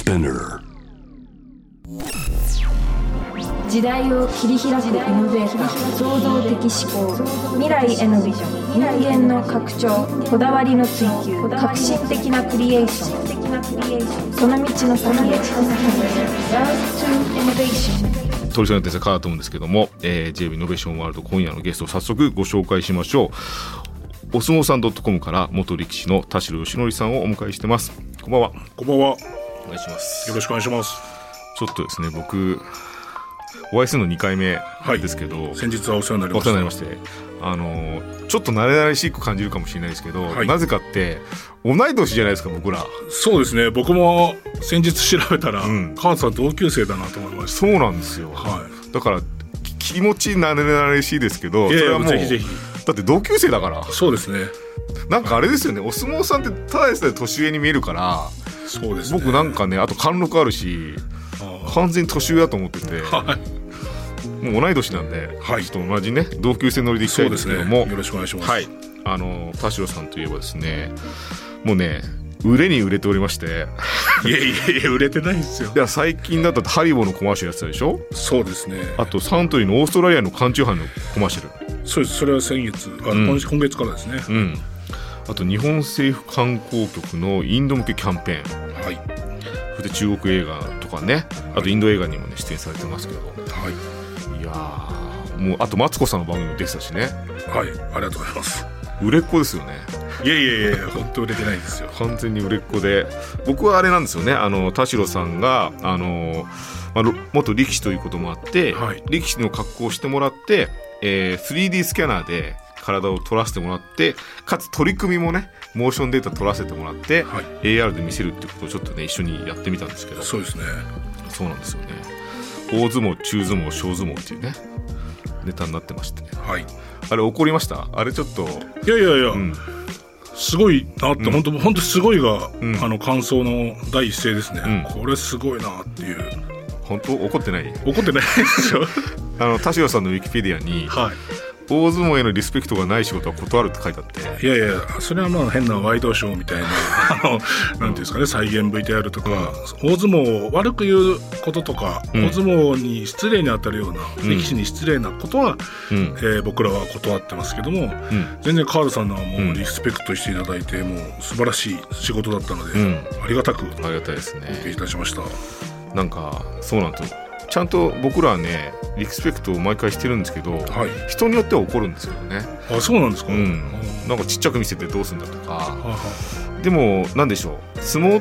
Spinner。 時代を切り開くイノベーター、創造的思考、未来へのビジョン、人間の拡張、こだわりの追求、革新的なクリエーション、その道の先へ Road to Innovation。 取りの先生からと思うんですけども、JWEB イノベーションワールド、今夜のゲストを早速ご紹介しましょう。お相撲さん .com から元力士の田代義則さんをお迎えしてます。こんばんは。 こんばんは。 お願いします。 よろしくお願いします。 ちょっとですね、僕お会いするの2回目ですけど、 先日はお世話になりました。 お世話になりまして、ちょっと慣れ慣れしく感じるかもしれないですけど、なぜかって同い年じゃないですか、僕ら。 そうですね、僕も先日調べたら、川津さん同級生だなと思いました。 そうなんですよ、だから気持ち慣れ慣れしいですけど、それはもうぜひぜひ。 だって同級生だから。そうですね。 なんかあれですよね、お相撲さんってただでさえ年上に見えるから。 そうですね。 僕なんかね、あと貫禄あるし、完全に年上だと思ってて、もう同い年なんで、ちょっと同じね同級生乗りでいきたいんですけども、 よろしくお願いします。 田代さんといえばですね、もうね売れに売れておりまして。 いや売れてないですよ。 いや、最近だとハリボーのコマーシャルやってたでしょ。 そうですね。 あとサントリーのオーストラリアの缶チューハイのコマーシャル。 そうです。それは先月、今月からですね。 あと日本政府観光局のインド向けキャンペーン、それで中国映画とかね、あとインド映画にもね出演されてますけど、いやもうあとマツコさんの番組も出てたしね。 ありがとうございます。 売れっ子ですよね。 いや本当売れてないんですよ。 完全に売れっ子で、僕はあれなんですよね、田代さんが元力士ということもあって、力士の格好をしてもらって、3D スキャナーで体を撮らせてもらって、かつ取り組みもねモーションデータ撮らせてもらって、AR で見せるっていうことをちょっとね一緒にやってみたんですけど。 そうですね。 そうなんですよね。大相撲、中相撲、小相撲っていうねネタになってまして、あれ怒りました？あれちょっといや、すごいなって、本当すごいが、感想の第一声ですね。これすごいなっていう。 本当怒ってない？ 怒ってないですよ。 田代さんのウィキペディアに、大相撲へのリスペクトがない仕事は断るって書いてあって。 いやそれはまあ変なワイドショーみたいななんていうんですかね、再現 VTR とか、大相撲を悪く言うこととか、大相撲に失礼に当たるような、力士に失礼なことは、僕らは断ってますけども、全然川田さんのはもうリスペクトしていただいて、もう素晴らしい仕事だったので、ありがたくありがたいですね。 お受けいたしました。 なんかそうなんですよ。ちゃんと僕らはねリスペクトを毎回してるんですけど、人によっては怒るんですけどね。 そうなんですか。 なんかちっちゃく見せてどうすんだとか、でもなんでしょう、相撲って、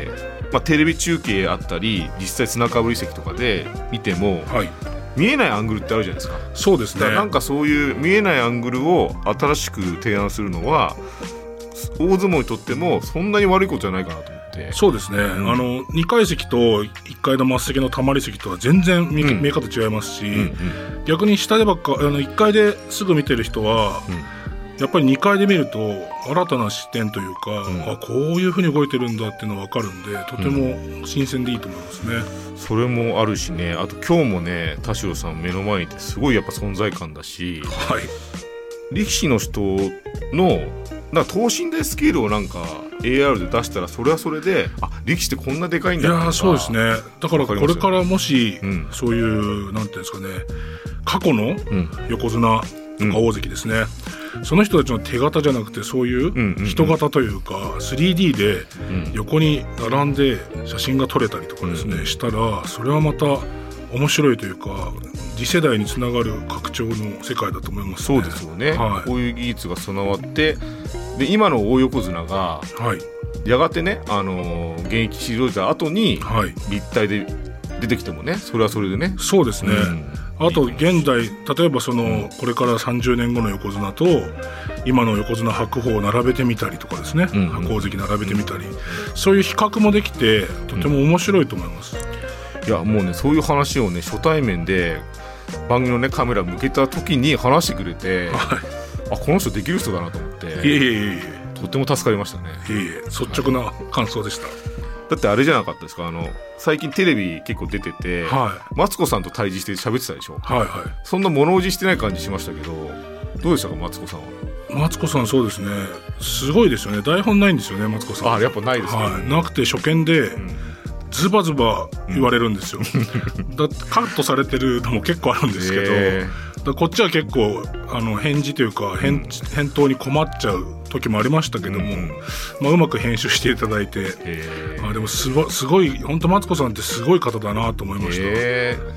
テレビ中継あったり実際砂かぶり席とかで見ても、見えないアングルってあるじゃないですか。 そうですね。 なんかそういう見えないアングルを新しく提案するのは大相撲にとってもそんなに悪いことじゃないかなと思って。 そうですね、2階席と1階の末席のたまり席とは全然見え方違いますし、逆に下でばっか1階ですぐ見てる人は、やっぱり2階で見ると新たな視点というか、こういう風に動いてるんだっていうのが分かるんで、とても新鮮でいいと思いますね。それもあるしね、あと今日もね田代さん目の前にいてすごいやっぱ存在感だし、力士の人のなんか等身大スケールをなんか AR で出したら、それはそれで力士ってこんなでかいんだとか。 そうですね。だからこれからもし、そういうなんていうんですかね、過去の横綱とか大関ですね、その人たちの手形じゃなくてそういう人型というか 3D で横に並んで写真が撮れたりとかですね、したら、それはまた面白いというか、次世代につながる拡張の世界だと思いますね。 そうですよね、こういう技術が備わって、で今の大横綱が、やがてね、現役退いた後に、立体で出てきてもね、それはそれでね。 そうですね、あと現代、例えばこれから30年後の横綱と今の横綱白鵬を並べてみたりとかですね、白鵬関並べてみたり、そういう比較もできてとても面白いと思います。 いやもうね、そういう話をね初対面で番組のねカメラ向けた時に話してくれて、この人できる人だなと思って、とても助かりましたね。 率直な感想でした。 だってあれじゃなかったですか、最近テレビ結構出てて、マツコさんと対峙して喋ってたでしょ。そんな物おじしてない感じしましたけど、どうでしたかマツコさんは。 マツコさん、そうですね、すごいですよね。台本ないんですよね、マツコさん。 やっぱないですね。 なくて初見で、 ズバズバ言われるんですよ、だってカットされてるのも結構あるんですけど、だこっちは結構返事というか返答に困っちゃう時もありましたけども、うまく編集していただいて、でもすごい本当マツコさんってすごい方だなと思いました。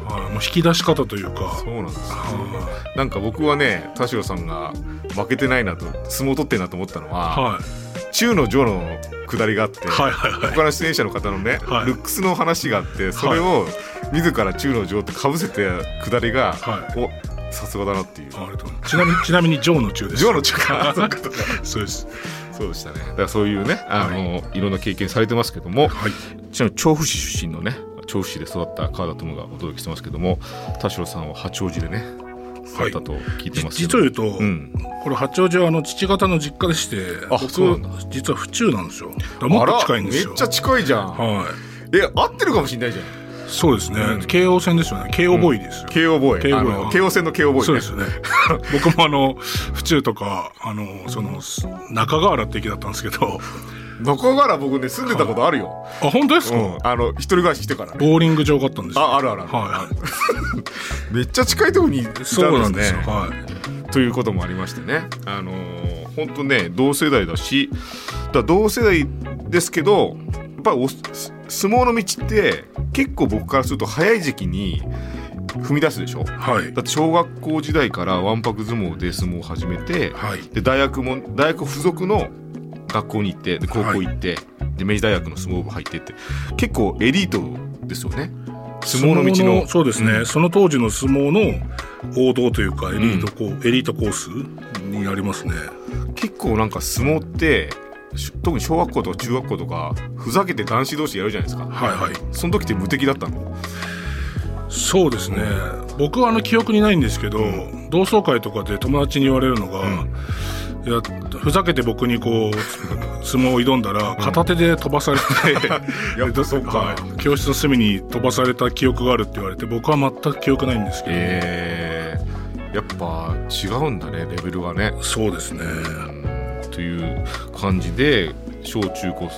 もう引き出し方というか。 そうなんですね。なんか僕はね、田代さんが負けてないなと、相撲取ってるなと思ったのは、中の上の下りがあって、他の出演者の方のね、ルックスの話があって、それを自ら中の上ってかぶせて下りが、さすがだなっていう。 ちなみに上の中です。 上の中か。 そうです。 そうでしたね。だからそういうね、いろんな経験されてますけども、ちなみに調布市出身のね、調布市で育った川田智がお届けしてますけども、田代さんは八王子でね育ったと聞いてますけど、 実を言うと、これ八王子は父方の実家でして、僕実は府中なんですよ。もっと近いんですよ。 めっちゃ近いじゃん。合ってるかもしれないじゃん。 そうですね、京王線ですよね。京王ボーイですよ。 京王ボーイ、京王線の京王ボーイ、 そうですね。僕も府中とかその中川原って駅だったんですけど、 中川原僕ね住んでたことあるよ。 本当ですか？ 一人暮らししてから。 ボーリング場があったんですよ。 ある。めっちゃ近いところにいたんですね。 そうなんですよ。 ということもありましてね、本当ね同世代だし、同世代ですけど、やっぱり相撲の道って結構僕からすると早い時期に踏み出すでしょ。だって小学校時代からわんぱく相撲で相撲を始めて、で大学附属の学校に行って、で高校行って、で明治大学の相撲部入ってって、結構エリートですよね、相撲の道の。 そうですね、その当時の相撲の王道というかエリートコースにありますね。 結構なんか相撲って特に小学校とか中学校とかふざけて男子同士やるじゃないですか。その時って無敵だったの？ そうですね、僕は記憶にないんですけど、同窓会とかで友達に言われるのが、いやふざけて僕にこう相撲を挑んだら片手で飛ばされて、 やっぱそうか、 教室の隅に飛ばされた記憶があるって言われて、僕は全く記憶ないんですけど、 やっぱ違うんだね、レベルがね。 そうですね、 という感じで小中高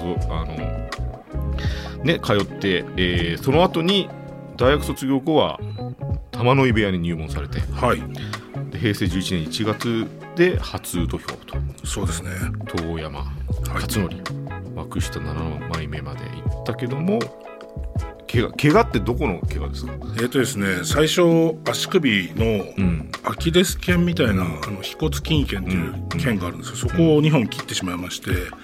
通って、その後に大学卒業後は玉ノ井部屋に入門されて、で平成11年1月で初土俵と。 そうですね、 遠山勝則、幕下7枚目まで行ったけども、怪我ってどこの怪我ですか？ ですね、最初足首のアキレス腱みたいな腓骨筋腱という腱があるんですよ。そこを2本切ってしまいまして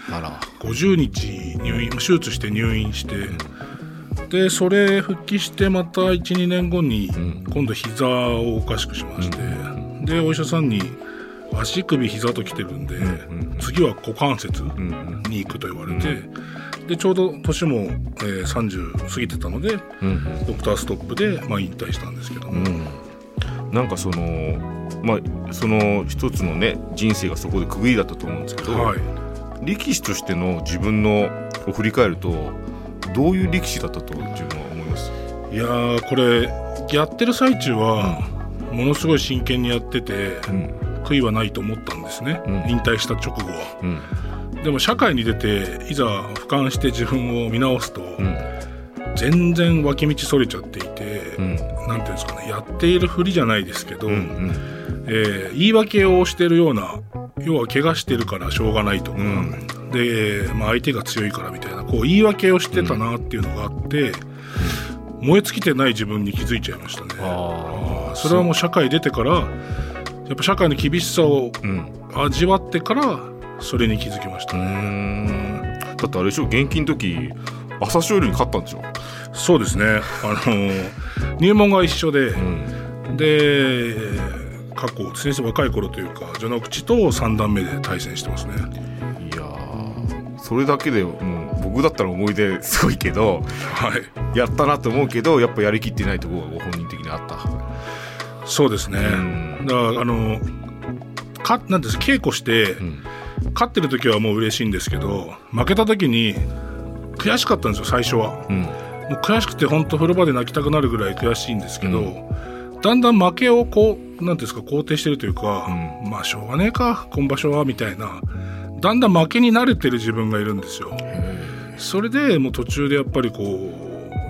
、50日手術して入院して、でそれ復帰してまた 1,2 年後に今度膝をおかしくしまして、でお医者さんに足首膝と来てるんで、次は股関節に行くと言われて、でちょうど年も、30過ぎてたので、ドクターストップで、引退したんですけども、 なんかその一つのね人生がそこで区切りだったと思うんですけど、力士としての自分のを振り返るとどういう力士だったと自分は思います？ いやー、これやってる最中はものすごい真剣にやってて、悔いはないと思ったんですね、引退した直後は。でも社会に出ていざ俯瞰して自分を見直すと、全然脇道それちゃっていて、なんていうんですかね、やっているふりじゃないですけど、言い訳をしてるような、要は怪我してるからしょうがないとか、で、相手が強いからみたいなこう言い訳をしてたなっていうのがあって、燃え尽きてない自分に気づいちゃいましたね。それはもう社会出てから、やっぱ社会の厳しさを味わってからそれに気づきましたね。 だってあれでしょ、現役の時朝青龍に勝ったんでしょ？ そうですね、入門が一緒で、で過去先生若い頃というか序ノ口と3段目で対戦してますね。 いやー、それだけでもう僕だったら思い出すごいけど、やったなと思うけど、やっぱやりきってないところがご本人的にあった。 そうですね、だからなんです稽古して、勝ってる時はもう嬉しいんですけど、負けた時に悔しかったんですよ最初は、もう悔しくて本当風呂場で泣きたくなるぐらい悔しいんですけど、だんだん負けをこうなんですか肯定してるというか、しょうがねえか今場所はみたいな、だんだん負けに慣れてる自分がいるんですよ。それでもう途中でやっぱりこ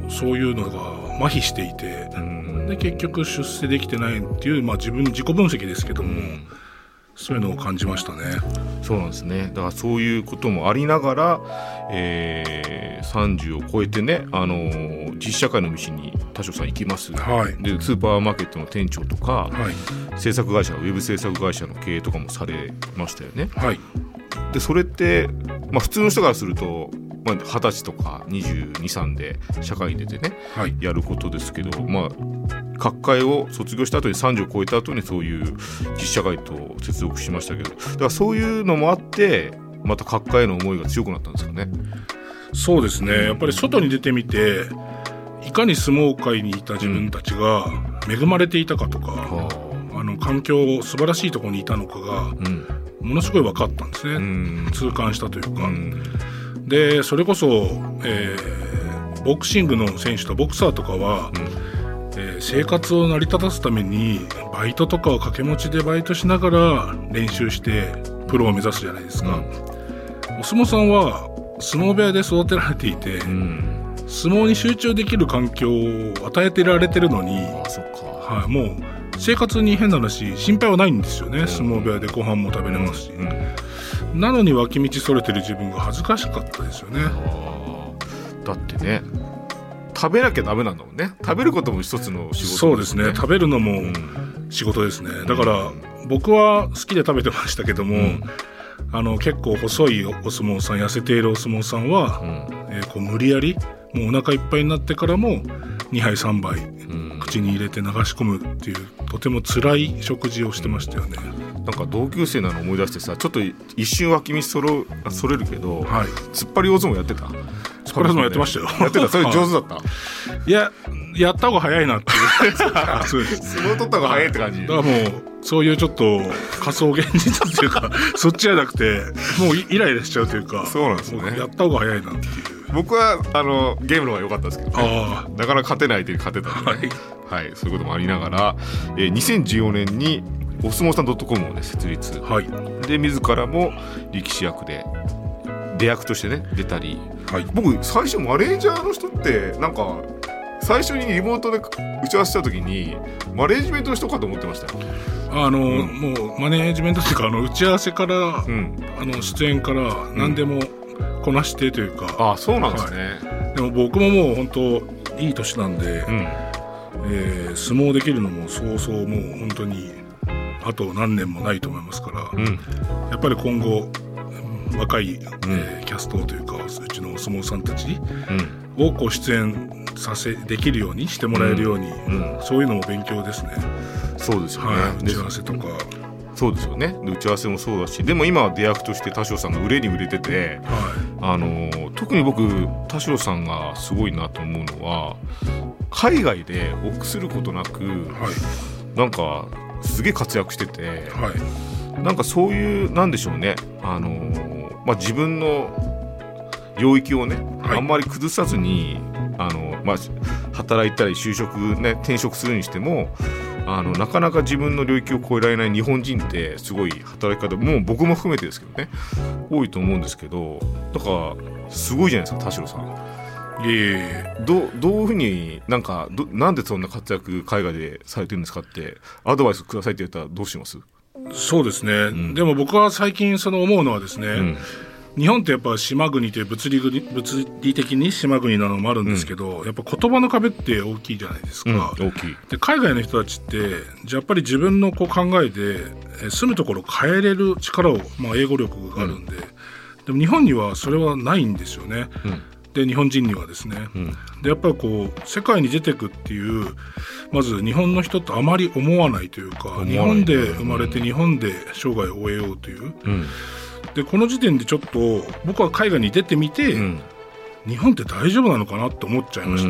そういうのが麻痺していて、で結局出世できてないっていう、自分の自己分析ですけども、そういうのを感じましたね。 そうなんですね。だからそういうこともありながら、30を超えてね、実社会の道に田代さん行きます、 はい、 でスーパーマーケットの店長とか、制作会社ウェブ制作会社の経営とかもされましたよね。でそれって、普通の人からすると、20歳とか22、3で社会に出てね、やることですけど、学会を卒業した後に30を超えた後にそういう実社会と接続しましたけど、だからそういうのもあってまた学会への思いが強くなったんですかね。 そうですね、やっぱり外に出てみていかに相撲界にいた自分たちが恵まれていたかとか、環境素晴らしいところにいたのかがものすごい分かったんですね、痛感したというか、でそれこそ、ボクシングの選手とボクサーとかは、生活を成り立たすためにバイトとかを掛け持ちでバイトしながら練習してプロを目指すじゃないですか、お相撲さんは相撲部屋で育てられていて、相撲に集中できる環境を与えてられてるのに、もう生活に変な話心配はないんですよね、相撲部屋でご飯も食べれますし、なのに脇道それてる自分が恥ずかしかったですよね。 だってね、食べなきゃダメなんだもんね。食べることも一つの仕事ですね。 そうですね、食べるのも仕事ですね、だから僕は好きで食べてましたけども、結構細いお相撲さん、痩せているお相撲さんは、こう無理やりもうお腹いっぱいになってからも2杯3杯口に入れて流し込むっていうとても辛い食事をしてましたよね。 なんか同級生なの思い出してさ、ちょっと一瞬脇道それるけど、突っ張り大相撲やってた？ 突っ張り大相撲やってましたよ。 やってた？それ上手だった？ いや、やった方が早いなっていうそうです。相撲取った方が早いって感じ。 だからもうそういうちょっと仮想現実っていうかそっちじゃなくてもうイライラしちゃうというか、 そうなんですね。 やった方が早いなっていう。 僕はゲームの方が良かったですけどね、なかなか勝てない相手に勝てたので、そういうこともありながら、2014年にお相撲さん .com を、ね、設立、で自らも力士役で出役としてね出たり、僕最初マネージャーの人ってなんか最初にリモートで打ち合わせした時にマネージメントの人かと思ってましたよ。 もうマネージメントというか打ち合わせから、出演から何でもこなしてというか、 そうなんですね、 でも僕ももう本当いい年なんで、相撲できるのもそうそうもう本当にあと何年もないと思いますから、やっぱり今後若い、キャストというかうちのお相撲さんたちをこう出演できるようにしてもらえるように、そういうのも勉強ですね。 そうですよね、 打ち合わせとか。 そうですよね。打ち合わせもそうだし、でも今は出役として田代さんが売れに売れてて、特に僕田代さんがすごいなと思うのは海外で臆することなく、なんかすげえ活躍してて、なんかそういうなんでしょうね、自分の領域をね、あんまり崩さずに働いたり就職ね転職するにしてもなかなか自分の領域を超えられない日本人ってすごい働き方もう僕も含めてですけどね多いと思うんですけど、だからすごいじゃないですか田代さん。どういうふうになんでそんな活躍海外でされてるんですかってアドバイスくださいって言ったらどうします？ そうですね、でも僕は最近思うのはですね、日本ってやっぱ島国で物理的に島国なのもあるんですけど、やっぱ言葉の壁って大きいじゃないですか、 大きい。 で海外の人たちってやっぱり自分の考えで住むところを変えれる力を、英語力があるんで、でも日本にはそれはないんですよね、で日本人にはですね、でやっぱり世界に出てくっていうまず日本の人ってあまり思わないというか、日本で生まれて日本で生涯を終えようという、でこの時点でちょっと僕は海外に出てみて、日本って大丈夫なのかなって思っちゃいました、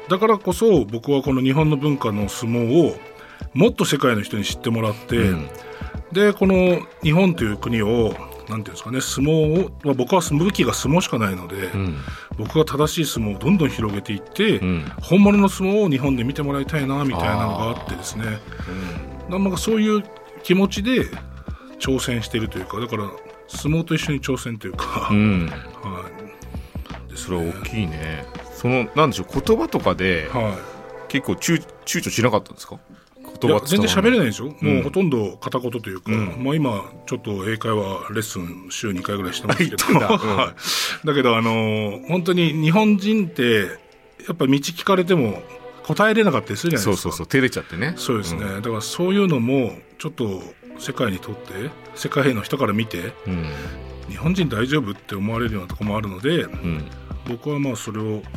だからこそ僕はこの日本の文化の相撲をもっと世界の人に知ってもらって、でこの日本という国をなんていうんですかね、相撲を、僕は武器が相撲しかないので、僕が正しい相撲をどんどん広げていって、本物の相撲を日本で見てもらいたいなみたいなのがあってですね、なんかそういう気持ちで挑戦しているというか、だから相撲と一緒に挑戦というか、 それは大きいね。 なんでしょう、言葉とかで、結構躊躇しなかったんですか？ いや全然喋れないんですよ、もうほとんど片言というか、今ちょっと英会話レッスン週2回ぐらいしてますけどだけど本当に日本人ってやっぱ道聞かれても答えれなかったりするじゃないですか。 そう照れちゃってね。 そうですね、だからそういうのもちょっと世界にとって世界の人から見て、日本人大丈夫って思われるようなところもあるので、僕はまあそれを、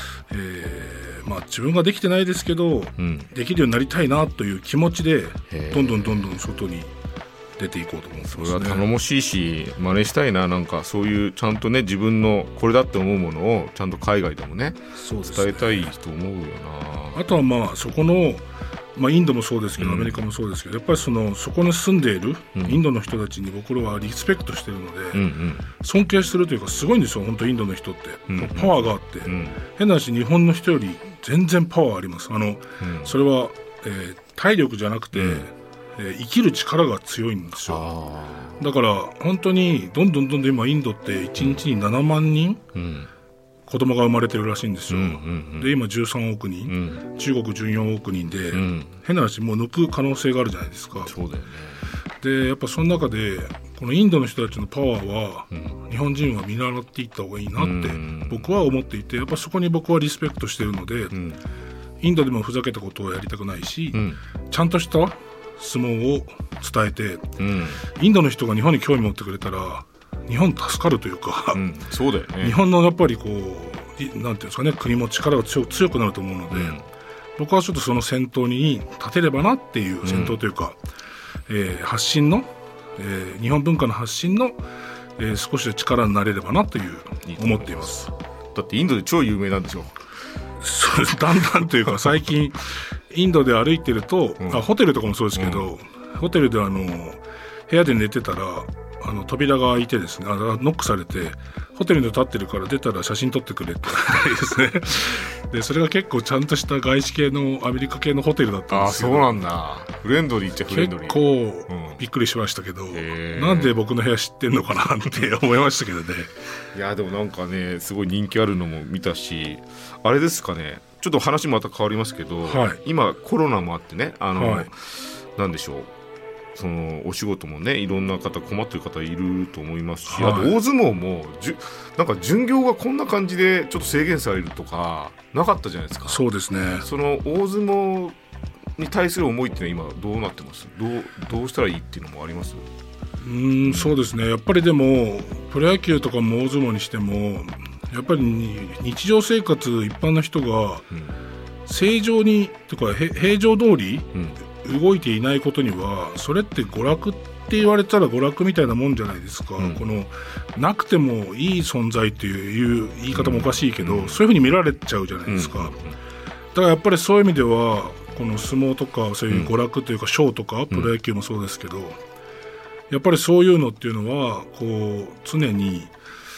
自分ができてないですけど、できるようになりたいなという気持ちでどんどん外に出ていこうと思ってますね。 それは頼もしいし真似したいな。なんかそういうちゃんとね、自分のこれだって思うものをちゃんと海外でもね、伝えたいと思うよな。 あとはそこの、インドもそうですけど、アメリカもそうですけど、やっぱりそこに住んでいるインドの人たちに僕らはリスペクトしているので、尊敬するというかすごいんですよ本当インドの人って、パワーがあって、変な話日本の人より全然パワーあります。それは、体力じゃなくて、生きる力が強いんですよ。だから本当にどんどん今インドって1日に7万人、子供が生まれてるらしいんですよ、で今13億人、中国14億人で、変な話もう抜く可能性があるじゃないですか。 そうだよね。 でやっぱその中でこのインドの人たちのパワーは、日本人は見習っていった方がいいなって僕は思っていて、やっぱそこに僕はリスペクトしてるので、インドでもふざけたことをやりたくないし、ちゃんとした相撲を伝えて、インドの人が日本に興味持ってくれたら日本助かるというか、 そうだよね。 日本のやっぱりこうなんていうんですかね、国も力が強くなると思うので、僕はちょっとその先頭に立てればなっていう、先頭というか、発信の、日本文化の発信の、少しで力になれればなという思っています。 だってインドで超有名なんでしょ。 そうだんだんというか最近インドで歩いてると、ホテルとかもそうですけど、ホテルで部屋で寝てたら扉が開いてですね、ノックされてホテルに立ってるから出たら写真撮ってくれってですねでそれが結構ちゃんとした外資系のアメリカ系のホテルだったんですけど、 そうなんだ。フレンドリーっちゃフレンドリー。 結構びっくりしましたけど、なんで僕の部屋知ってんのかなって思いましたけどねいやでもなんかね、すごい人気あるのも見たし、あれですかね、ちょっと話また変わりますけど、今コロナもあってね、なんでしょう、そのお仕事もね、いろんな方困ってる方いると思いますし、あと大相撲もなんか巡業がこんな感じでちょっと制限されるとかなかったじゃないですか。 そうですね。 その大相撲に対する思いっていうのは今どうなってます？どうしたらいいっていうのもあります？ そうですね。やっぱりでもプロ野球とかも大相撲にしてもやっぱり日常生活一般の人が正常にとか平常通り、動いていないことにはそれって娯楽って言われたら娯楽みたいなもんじゃないですか、このなくてもいい存在っていう言い方もおかしいけど、そういうふうに見られちゃうじゃないですか、だからやっぱりそういう意味ではこの相撲とかそういう娯楽というかショーとか、プロ野球もそうですけど、やっぱりそういうのっていうのはこう常に、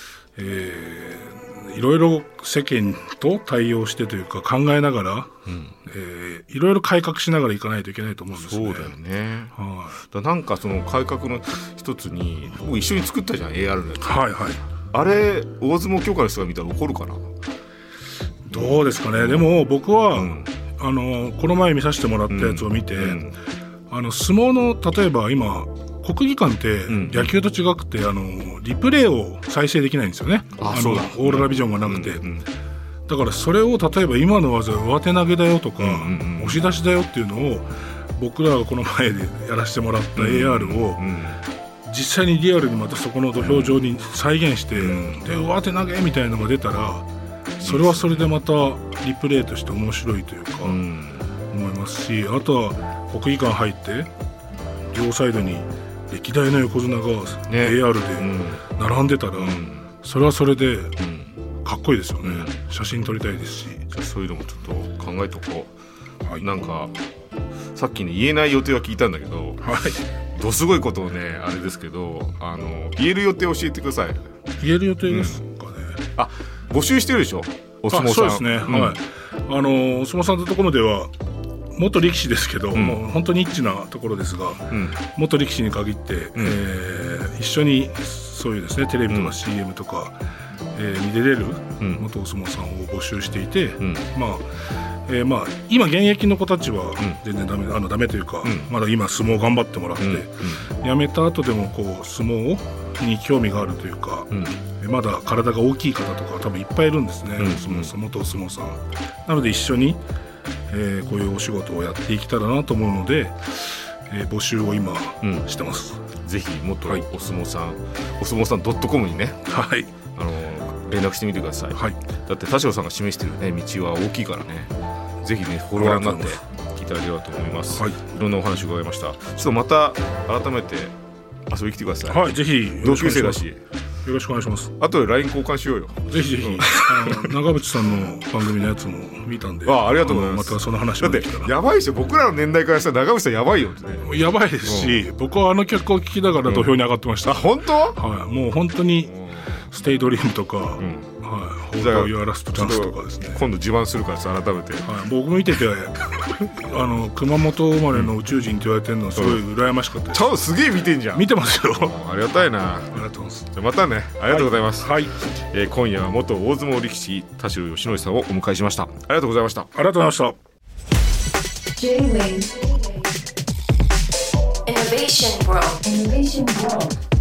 いろいろ世間と対応してというか考えながら、いろいろ改革しながらいかないといけないと思うんですね。 そうだよね、だなんかその改革の一つに僕一緒に作ったじゃん AR のやつ、あれ大相撲協会の人が見たら怒るかな。 どうですかね。でも僕は、この前見させてもらったやつを見て、相撲の例えば今国技館って野球と違くて、リプレイを再生できないんですよね。オーロラビジョンがなくて、だからそれを例えば今の技上手投げだよとか、押し出しだよっていうのを僕らがこの前でやらせてもらった AR を、実際にリアルにまたそこの土俵上に再現して、で上手投げみたいなのが出たらそれはそれでまたリプレイとして面白いというか、思いますし、あとは国技館入って両サイドに歴代の横綱が AR で並んでたら、それはそれでかっこいいですよね、写真撮りたいですし。 そういうのもちょっと考えとこう、なんかさっきね言えない予定は聞いたんだけど、どすごいことをねあれですけど、言える予定教えてください。 言える予定ですかね、 募集してるでしょお相撲さん。 そうですね、お相撲さんのところでは元力士ですけど、もう本当にニッチなところですが、元力士に限って、一緒にそういうですねテレビとか CM とか、 に出れる元お相撲さんを募集していて、今現役の子たちは全然ダメというか、まだ今相撲頑張ってもらって、辞めた後でもこう相撲に興味があるというか、まだ体が大きい方とか多分いっぱいいるんですね、元お相撲さんなので一緒に、こういうお仕事をやっていけたらなと思うので、募集を今してます。 ぜひ元お相撲さん、お相撲さん .com にね、連絡してみてください。だって田代さんが示してるね道は大きいからね、ぜひねフォロワーになっていただければと思います。いろんなお話を伺いました。ちょっとまた改めて遊びに来てください。 ぜひ同級生だしよろしくお願いします。 あとで LINE 交換しようよ。 ぜひぜひ長渕さんの番組のやつも見たんで、 ありがとうございます。 またその話もできたら。 だってやばいですよ、僕らの年代からしたら長渕さんやばいよってね。 やばいですし、僕はあの曲を聴きながら土俵に上がってました。 本当？ もう本当にステイドリームとか、ホートユアラストチャンスとかですね。 今度自慢するからさ、改めて。 僕見てて熊本生まれの宇宙人って言われてるのすごい羨ましかったです。 すげえ見てんじゃん。 見てますよ。 ありがたいな。 ありがとうございます。 じゃまたね、ありがとうございます。 今夜は元大相撲力士田代義則さんをお迎えしました。ありがとうございました。 ありがとうございました。 J-Wave Innovation World